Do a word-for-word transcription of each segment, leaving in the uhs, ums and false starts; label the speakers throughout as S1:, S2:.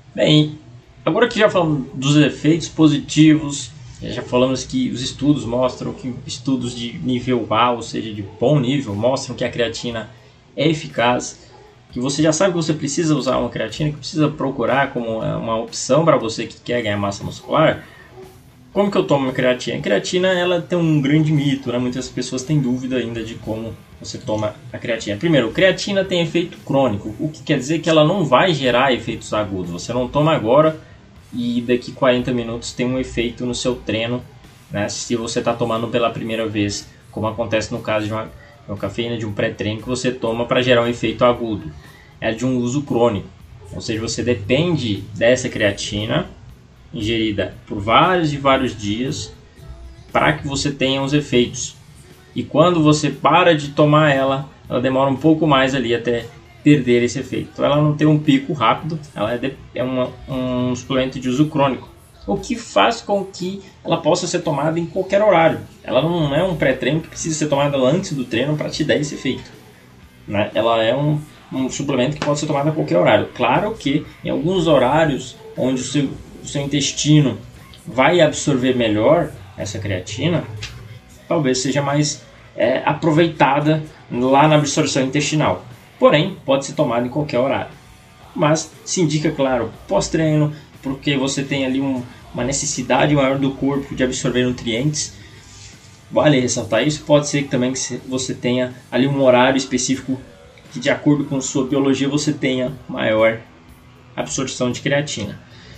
S1: Bem, agora que já falamos dos efeitos positivos, já falamos que os estudos mostram que estudos de nível A, ou seja, de bom nível, mostram que a creatina é eficaz, que você já sabe que você precisa usar uma creatina, que precisa procurar como uma opção para você que quer ganhar massa muscular. Como que eu tomo a creatina? A creatina ela tem um grande mito, né? Muitas pessoas têm dúvida ainda de como você toma a creatina. Primeiro, creatina tem efeito crônico, o que quer dizer que ela não vai gerar efeitos agudos. Você não toma agora e daqui quarenta minutos tem um efeito no seu treino, né? Se você está tomando pela primeira vez, como acontece no caso de uma, uma cafeína de um pré-treino que você toma para gerar um efeito agudo. É de um uso crônico, ou seja, você depende dessa creatina ingerida por vários e vários dias para que você tenha os efeitos. E quando você para de tomar ela, ela demora um pouco mais ali até perder esse efeito. Então ela não tem um pico rápido, ela é, de, é uma, um suplemento de uso crônico, o que faz com que ela possa ser tomada em qualquer horário. Ela não é um pré-treino que precisa ser tomada antes do treino para te dar esse efeito, né? Ela é um, um suplemento que pode ser tomado a qualquer horário. Claro que em alguns horários onde o seu o seu intestino vai absorver melhor essa creatina, talvez seja mais é, aproveitada lá na absorção intestinal. Porém, pode ser tomada em qualquer horário. Mas se indica, claro, pós-treino, porque você tem ali um, uma necessidade maior do corpo de absorver nutrientes. Vale ressaltar isso. Pode ser que também que você tenha ali um horário específico que, de acordo com sua biologia, você tenha maior absorção de creatina.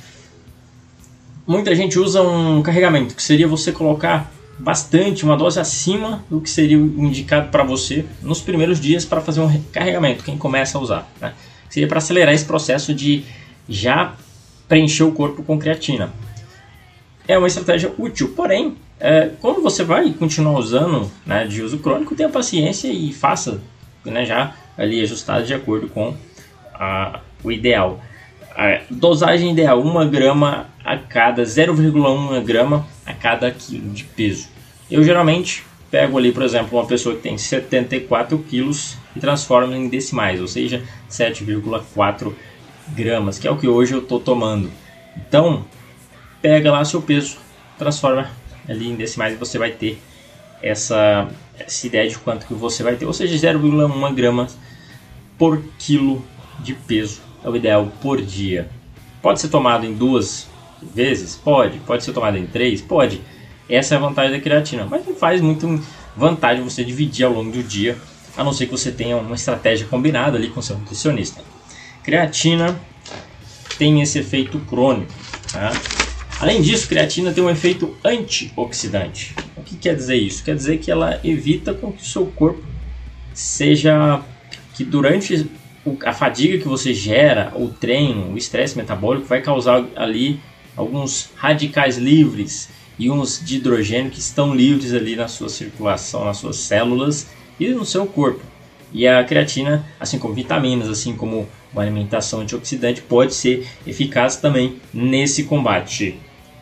S1: Muita gente usa um carregamento, que seria você colocar bastante, uma dose acima do que seria indicado para você nos primeiros dias para fazer um carregamento, quem começa a usar, né? Seria para acelerar esse processo de já preencher o corpo com creatina. É uma estratégia útil, porém, é, quando você vai continuar usando, né, de uso crônico, tenha paciência e faça, né, já ali ajustado de acordo com a, o ideal. A dosagem ideal, uma grama a cada zero vírgula um grama a cada quilo de peso. Eu geralmente pego ali, por exemplo, uma pessoa que tem setenta e quatro quilos e transformo em decimais, ou seja, sete vírgula quatro gramas, que é o que hoje eu estou tomando. Então, pega lá seu peso, transforma ali em decimais e você vai ter essa, essa ideia de quanto que você vai ter, ou seja, zero vírgula um gramas por quilo de peso. É o ideal por dia. Pode ser tomado em duas vezes? Pode. Pode ser tomado em três? Pode. Essa é a vantagem da creatina. Mas não faz muito vantagem você dividir ao longo do dia, a não ser que você tenha uma estratégia combinada ali com seu nutricionista. Creatina tem esse efeito crônico, tá? Além disso, creatina tem um efeito antioxidante. O que quer dizer isso? Quer dizer que ela evita com que o seu corpo seja... que durante a fadiga que você gera, o treino, o estresse metabólico vai causar ali alguns radicais livres, íons de hidrogênio que estão livres ali na sua circulação, nas suas células e no seu corpo. E a creatina, assim como vitaminas, assim como uma alimentação antioxidante, pode ser eficaz também nesse combate.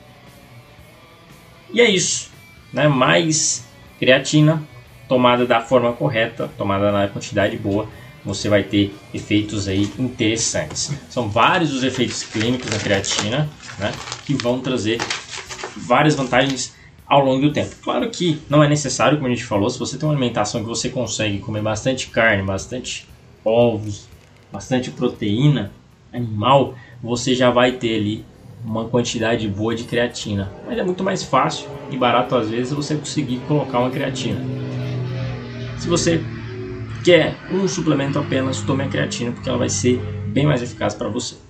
S1: E é isso, né? Mais creatina, tomada da forma correta, tomada na quantidade boa, você vai ter efeitos aí interessantes. São vários os efeitos clínicos da creatina, né, que vão trazer várias vantagens ao longo do tempo. Claro que não é necessário, como a gente falou, se você tem uma alimentação que você consegue comer bastante carne, bastante ovos, bastante proteína animal, você já vai ter ali uma quantidade boa de creatina. Mas é muito mais fácil e barato às vezes você conseguir colocar uma creatina. Se você quer um suplemento apenas, tome a creatina, porque ela vai ser bem mais eficaz para você.